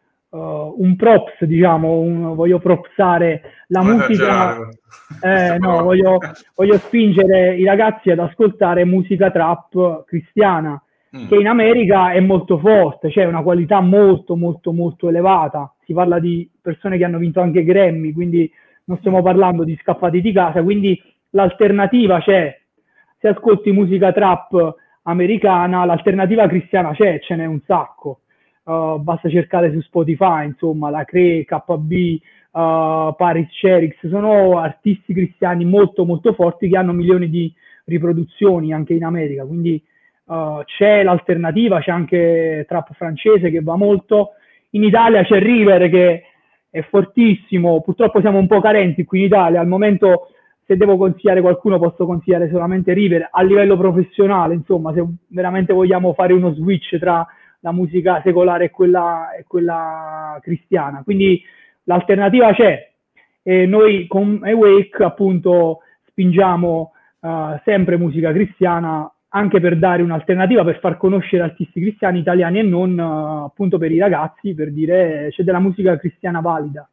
props, diciamo, voglio propsare la musica, no, voglio spingere i ragazzi ad ascoltare musica trap cristiana, che in America è molto forte, cioè una qualità molto molto molto elevata. Si parla di persone che hanno vinto anche Grammy, quindi non stiamo parlando di scappati di casa, quindi l'alternativa c'è. Se ascolti musica trap americana, l'alternativa cristiana ce n'è un sacco. Basta cercare su Spotify, insomma, la Cre, KB, Paris Cherix, sono artisti cristiani molto molto forti che hanno milioni di riproduzioni anche in America, quindi c'è l'alternativa, c'è anche trap francese che va molto, in Italia c'è River che è fortissimo, purtroppo siamo un po' carenti qui in Italia, al momento se devo consigliare qualcuno posso consigliare solamente River a livello professionale, insomma, se veramente vogliamo fare uno switch tra la musica secolare e quella cristiana, quindi l'alternativa c'è e noi con Awake appunto spingiamo sempre musica cristiana anche per dare un'alternativa, per far conoscere artisti cristiani italiani e non, appunto per i ragazzi, per dire c'è della musica cristiana valida.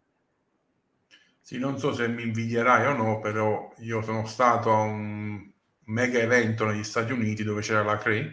Sì, non so se mi invidierai o no, però io sono stato a un mega evento negli Stati Uniti dove c'era la Cre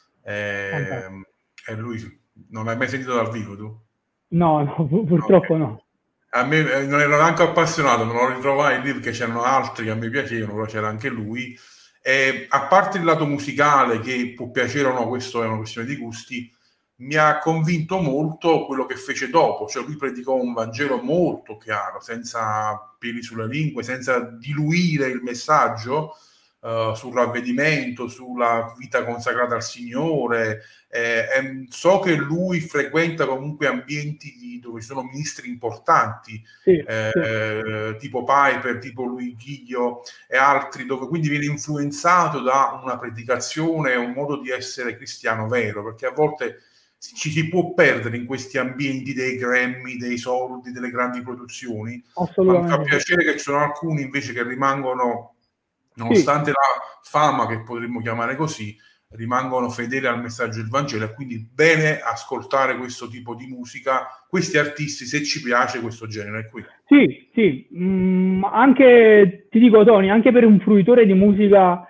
e lui, non l'hai mai sentito dal vivo tu? No, purtroppo okay. No. A me non ero neanche appassionato, me lo ritrovai lì perché c'erano altri che a me piacevano, però c'era anche lui. E a parte il lato musicale che può piacere o no, questo è una questione di gusti, mi ha convinto molto quello che fece dopo, cioè lui predicò un Vangelo molto chiaro, senza peli sulla lingua, senza diluire il messaggio, sul ravvedimento, sulla vita consacrata al Signore. So che lui frequenta comunque ambienti dove ci sono ministri importanti, tipo Piper, tipo Louis Giglio e altri, dove quindi viene influenzato da una predicazione, un modo di essere cristiano vero, perché a volte ci si può perdere in questi ambienti dei Grammy, dei soldi, delle grandi produzioni. Ma mi fa piacere che ci sono alcuni invece che rimangono, nonostante la fama, che potremmo chiamare così, rimangono fedeli al messaggio del Vangelo, e quindi bene ascoltare questo tipo di musica, questi artisti, se ci piace questo genere qui. Sì, anche, ti dico Tony, anche per un fruitore di musica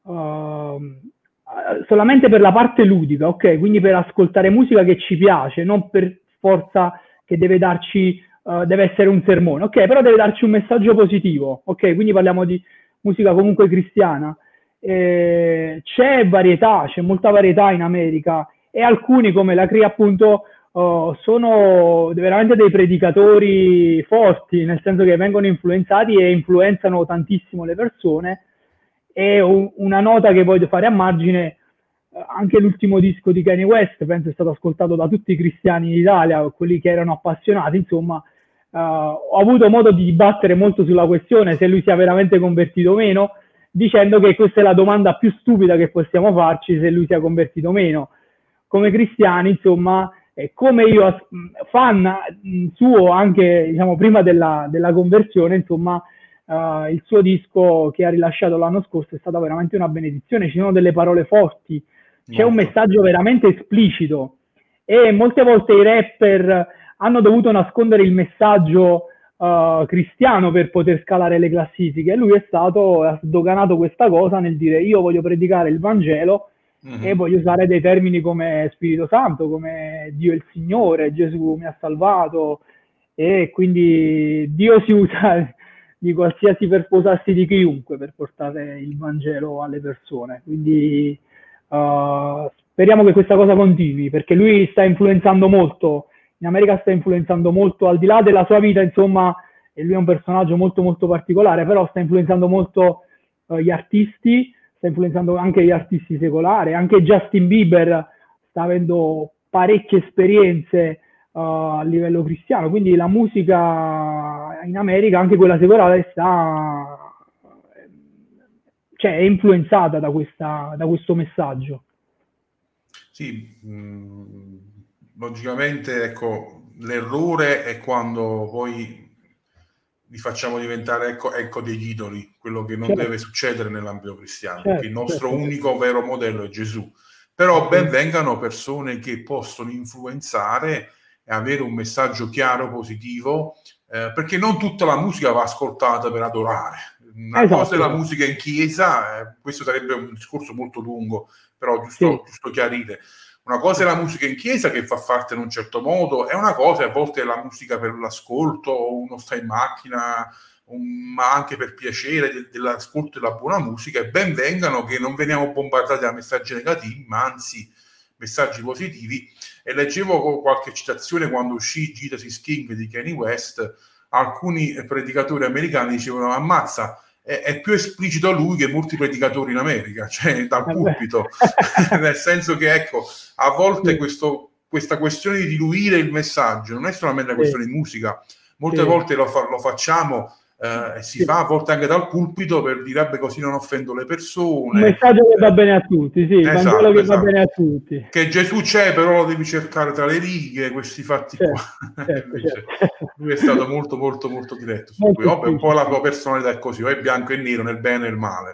solamente per la parte ludica, ok? Quindi per ascoltare musica che ci piace, non per forza che deve darci, deve essere un sermone, ok? Però deve darci un messaggio positivo, ok? Quindi parliamo di musica comunque cristiana. C'è varietà, c'è molta varietà in America, e alcuni come la CRI appunto sono veramente dei predicatori forti, nel senso che vengono influenzati e influenzano tantissimo le persone. E una nota che voglio fare a margine, anche l'ultimo disco di Kanye West penso è stato ascoltato da tutti i cristiani in Italia, quelli che erano appassionati, insomma. Ho avuto modo di dibattere molto sulla questione se lui sia veramente convertito o meno, dicendo che questa è la domanda più stupida che possiamo farci, se lui sia convertito o meno. Come cristiani, insomma, come io fan suo anche, diciamo, prima della conversione, insomma, il suo disco che ha rilasciato l'anno scorso è stata veramente una benedizione. Ci sono delle parole forti, c'è un messaggio veramente esplicito, e molte volte i rapper hanno dovuto nascondere il messaggio cristiano per poter scalare le classifiche. Lui ha sdoganato questa cosa nel dire: io voglio predicare il Vangelo, e voglio usare dei termini come Spirito Santo, come Dio è il Signore, Gesù mi ha salvato, e quindi Dio si usa di qualsiasi, per sposarsi di chiunque, per portare il Vangelo alle persone. Quindi speriamo che questa cosa continui, perché lui sta influenzando molto in America, sta influenzando molto, al di là della sua vita, insomma, e lui è un personaggio molto molto particolare, però sta influenzando molto gli artisti, sta influenzando anche gli artisti secolari, anche Justin Bieber sta avendo parecchie esperienze a livello cristiano, quindi la musica in America, anche quella secolare, cioè è influenzata da questo messaggio. Sì, logicamente, ecco, l'errore è quando poi li facciamo diventare ecco degli idoli, quello che non deve succedere nell'ambito cristiano, perché il nostro unico vero modello è Gesù. Però ben vengano persone che possono influenzare e avere un messaggio chiaro, positivo, perché non tutta la musica va ascoltata per adorare. Una cosa è la musica in chiesa, questo sarebbe un discorso molto lungo, però giusto chiarire. Una cosa è la musica in chiesa, che fa farti in un certo modo, e una cosa a volte è la musica per l'ascolto, o uno sta in macchina, ma anche per piacere dell'ascolto della buona musica. E ben vengano che non veniamo bombardati da messaggi negativi, ma anzi messaggi positivi. E leggevo qualche citazione quando uscì Jesus is King di Kanye West, alcuni predicatori americani dicevano: ammazza, è più esplicito lui che molti predicatori in America, cioè dal pulpito, nel senso che, ecco, a volte questa questione di diluire il messaggio non è solamente una questione di musica, molte volte lo facciamo, si fa a volte anche dal pulpito, per dire: così non offendo le persone. Un messaggio che va bene a tutti, sì, Vangelo che va bene a tutti. Che Gesù c'è, però lo devi cercare tra le righe, questi fatti qua. Lui è stato molto molto molto diretto su cui, vabbè, un po' la tua personalità è così, o è bianco e nero, nel bene e nel male.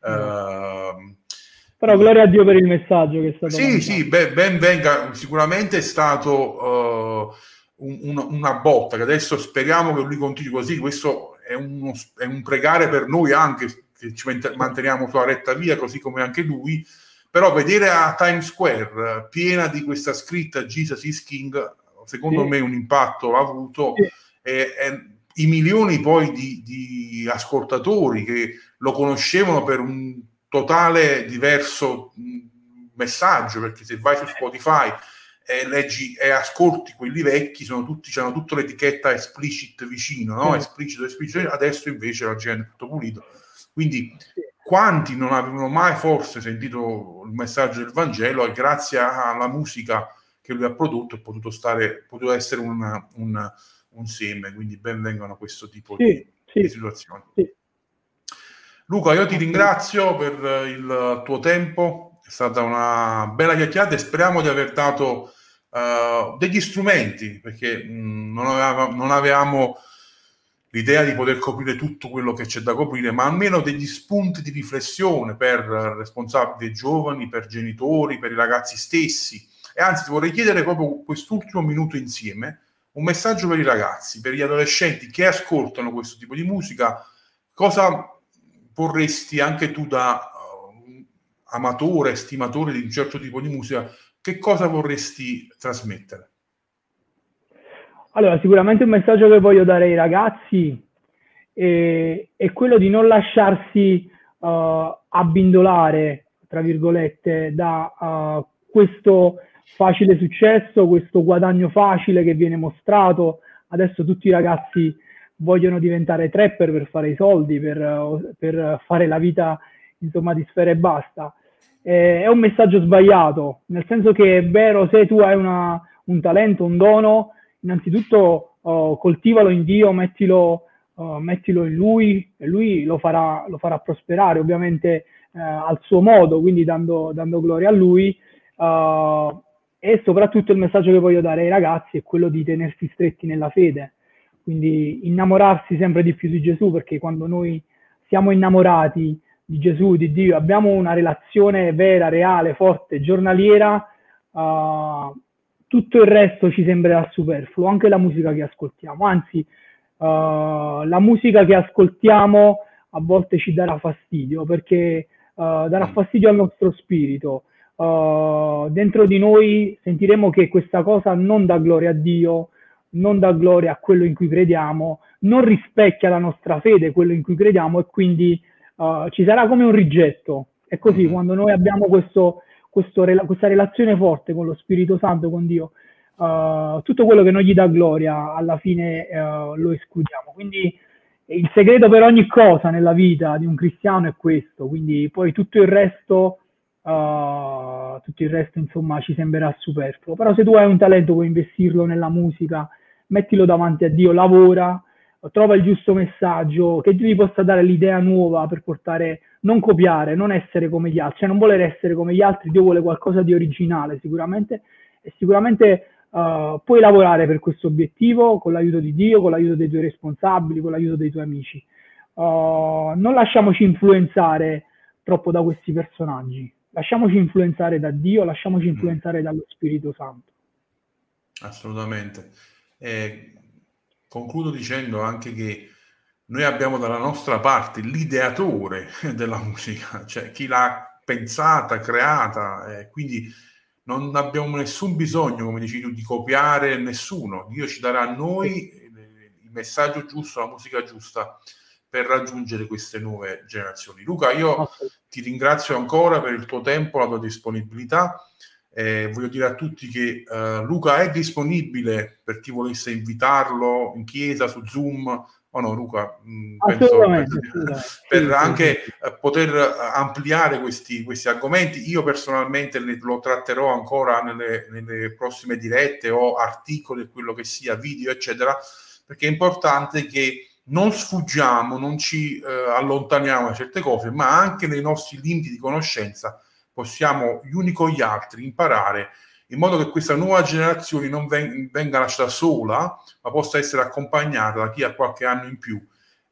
Però gloria a Dio per il messaggio che è stato mandato. Sì, ben venga, sicuramente è stato una botta, che adesso speriamo che lui continui così. Questo è un pregare per noi anche, che ci manteniamo sulla retta via, così come anche lui. Però vedere a Times Square piena di questa scritta Jesus is King, secondo me un impatto l'ha avuto, e i milioni poi di ascoltatori che lo conoscevano per un totale diverso messaggio, perché se vai su Spotify leggi e ascolti quelli vecchi, c'hanno tutta l'etichetta explicit vicino, no? Esplicito, adesso invece la gente è tutto pulito. Quindi quanti non avevano mai forse sentito il messaggio del Vangelo, e grazie alla musica che lui ha prodotto è potuto essere un seme, quindi ben vengano questo tipo di situazioni. Sì. Luca, io ti ringrazio per il tuo tempo, è stata una bella chiacchierata e speriamo di aver dato degli strumenti, perché non avevamo l'idea di poter coprire tutto quello che c'è da coprire, ma almeno degli spunti di riflessione per responsabili giovani, per genitori, per i ragazzi stessi. E anzi, ti vorrei chiedere proprio quest'ultimo minuto insieme un messaggio per i ragazzi, per gli adolescenti che ascoltano questo tipo di musica. Cosa vorresti anche tu da amatore, stimatore di un certo tipo di musica, che cosa vorresti trasmettere? Allora, sicuramente un messaggio che voglio dare ai ragazzi è quello di non lasciarsi abbindolare, tra virgolette, da questo facile successo, questo guadagno facile che viene mostrato. Adesso tutti i ragazzi vogliono diventare trapper per fare i soldi, per fare la vita, insomma, di sfera e basta. È un messaggio sbagliato, nel senso che è vero, se tu hai un talento, un dono, innanzitutto coltivalo in Dio, mettilo in Lui, e Lui lo farà prosperare, ovviamente al suo modo, quindi dando gloria a Lui. E soprattutto il messaggio che voglio dare ai ragazzi è quello di tenersi stretti nella fede, quindi innamorarsi sempre di più di Gesù, perché quando noi siamo innamorati di Gesù, di Dio, abbiamo una relazione vera, reale, forte, giornaliera, tutto il resto ci sembrerà superfluo, anche la musica che ascoltiamo. Anzi, la musica che ascoltiamo a volte ci darà fastidio, perché darà fastidio al nostro spirito. Dentro di noi sentiremo che questa cosa non dà gloria a Dio, non dà gloria a quello in cui crediamo, non rispecchia la nostra fede, quello in cui crediamo, e quindi ci sarà come un rigetto. È così, quando noi abbiamo questa relazione forte con lo Spirito Santo, con Dio, tutto quello che non gli dà gloria alla fine lo escludiamo. Quindi il segreto per ogni cosa nella vita di un cristiano è questo, quindi poi tutto il resto insomma ci sembrerà superfluo. Però se tu hai un talento, puoi investirlo nella musica, mettilo davanti a Dio, lavora, trova il giusto messaggio, che Dio ti possa dare l'idea nuova per portare, non copiare, non essere come gli altri, cioè non voler essere come gli altri. Dio vuole qualcosa di originale sicuramente, e sicuramente puoi lavorare per questo obiettivo con l'aiuto di Dio, con l'aiuto dei tuoi responsabili, con l'aiuto dei tuoi amici. Non lasciamoci influenzare troppo da questi personaggi, lasciamoci influenzare da Dio, lasciamoci influenzare dallo Spirito Santo. Assolutamente. Concludo dicendo anche che noi abbiamo dalla nostra parte l'ideatore della musica, cioè chi l'ha pensata, creata, quindi non abbiamo nessun bisogno, come dici tu, di copiare nessuno. Dio ci darà a noi il messaggio giusto, la musica giusta per raggiungere queste nuove generazioni. Luca, io ti ringrazio ancora per il tuo tempo, la tua disponibilità. Voglio dire a tutti che Luca è disponibile per chi volesse invitarlo in chiesa, su Zoom. O no, Luca, penso per anche poter ampliare questi argomenti. Io personalmente lo tratterò ancora nelle prossime dirette o articoli, quello che sia, video, eccetera, perché è importante che non sfuggiamo, non ci allontaniamo da certe cose, ma anche nei nostri limiti di conoscenza possiamo gli uni con gli altri imparare, in modo che questa nuova generazione non venga lasciata sola, ma possa essere accompagnata da chi ha qualche anno in più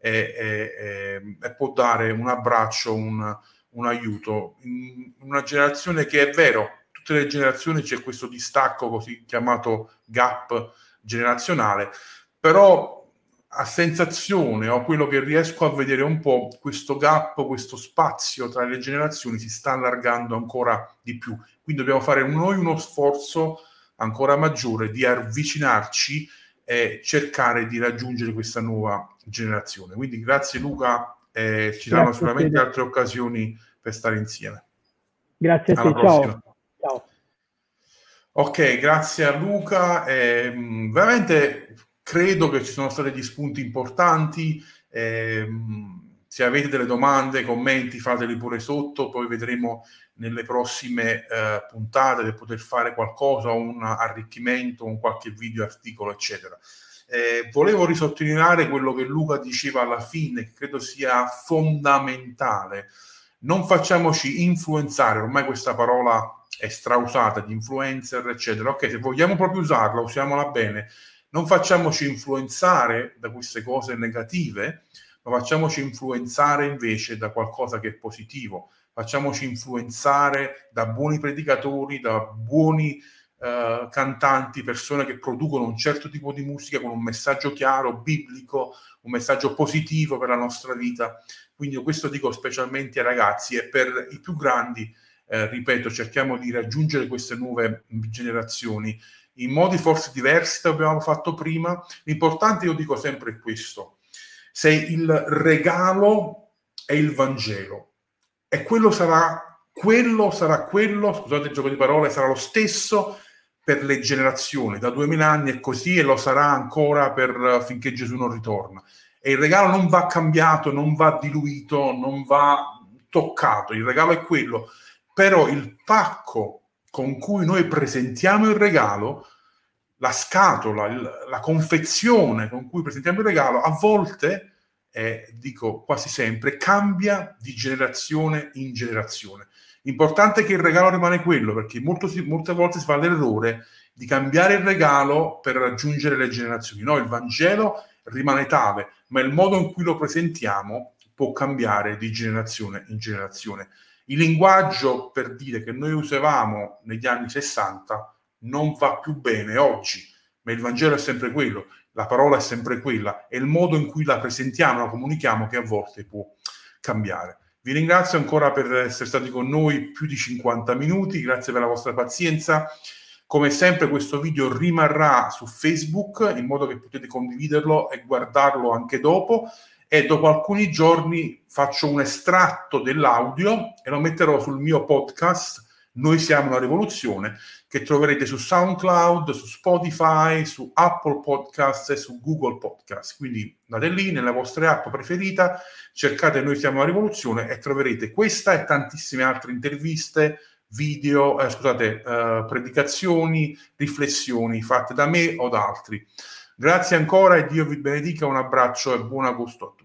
e può dare un abbraccio, un aiuto. In una generazione che, è vero, tutte le generazioni c'è questo distacco così chiamato gap generazionale, però a sensazione, o quello che riesco a vedere un po', questo gap, questo spazio tra le generazioni si sta allargando ancora di più. Quindi dobbiamo fare noi uno sforzo ancora maggiore di avvicinarci e cercare di raggiungere questa nuova generazione. Quindi grazie Luca, ci saranno sicuramente altre occasioni per stare insieme. Grazie a te, ciao. Ok, grazie a Luca. Veramente credo che ci sono stati degli spunti importanti. Se avete delle domande, commenti, fateli pure sotto, poi vedremo nelle prossime puntate di poter fare qualcosa, un arricchimento, un qualche video, articolo, eccetera. Volevo risottolineare quello che Luca diceva alla fine, che credo sia fondamentale. Non facciamoci influenzare, ormai questa parola è strausata, di influencer, eccetera. Ok, se vogliamo proprio usarla, usiamola bene. Non facciamoci influenzare da queste cose negative, ma facciamoci influenzare invece da qualcosa che è positivo. Facciamoci influenzare da buoni predicatori, da buoni cantanti, persone che producono un certo tipo di musica con un messaggio chiaro, biblico, un messaggio positivo per la nostra vita. Quindi questo dico specialmente ai ragazzi, e per i più grandi, ripeto, cerchiamo di raggiungere queste nuove generazioni in modi forse diversi da come abbiamo fatto prima. L'importante, io dico sempre questo: se il regalo è il Vangelo, e quello sarà, scusate il gioco di parole, sarà lo stesso per le generazioni, da 2000 anni è così, e lo sarà ancora finché Gesù non ritorna. E il regalo non va cambiato, non va diluito, non va toccato, il regalo è quello. Però il pacco con cui noi presentiamo il regalo, la scatola, la confezione con cui presentiamo il regalo, a volte, dico quasi sempre, cambia di generazione in generazione. L'importante è che il regalo rimane quello, perché molte volte si fa l'errore di cambiare il regalo per raggiungere le generazioni. No, il Vangelo rimane tale, ma il modo in cui lo presentiamo può cambiare di generazione in generazione. Il linguaggio, per dire, che noi usavamo negli anni 60 non va più bene oggi, ma il Vangelo è sempre quello, la parola è sempre quella, è il modo in cui la presentiamo, la comunichiamo, che a volte può cambiare. Vi ringrazio ancora per essere stati con noi più di 50 minuti, grazie per la vostra pazienza. Come sempre questo video rimarrà su Facebook, in modo che potete condividerlo e guardarlo anche dopo, e dopo alcuni giorni faccio un estratto dell'audio e lo metterò sul mio podcast Noi siamo la rivoluzione, che troverete su SoundCloud, su Spotify, su Apple Podcast e su Google Podcast. Quindi andate lì nella vostra app preferita, cercate Noi siamo la rivoluzione e troverete questa e tantissime altre interviste, video, predicazioni, riflessioni fatte da me o da altri. Grazie ancora e Dio vi benedica, un abbraccio e buon agosto a tutti.